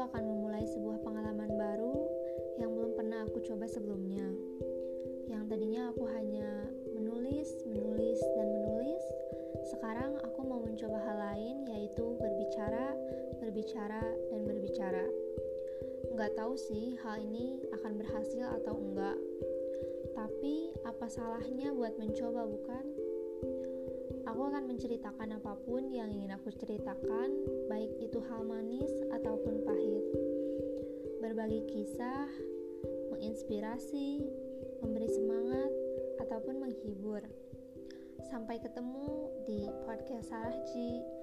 akan memulai sebuah pengalaman baru yang belum pernah aku coba sebelumnya. Yang tadinya aku hanya menulis, dan menulis. Sekarang aku mau mencoba hal lain, yaitu berbicara, dan berbicara. Nggak tahu sih hal ini akan berhasil atau enggak. Tapi apa salahnya buat mencoba, bukan? Aku akan menceritakan apapun yang ingin aku ceritakan, baik itu hal manis ataupun pahit. Berbagi kisah, menginspirasi, memberi semangat, ataupun menghibur. Sampai ketemu di podcast Sarah Ji.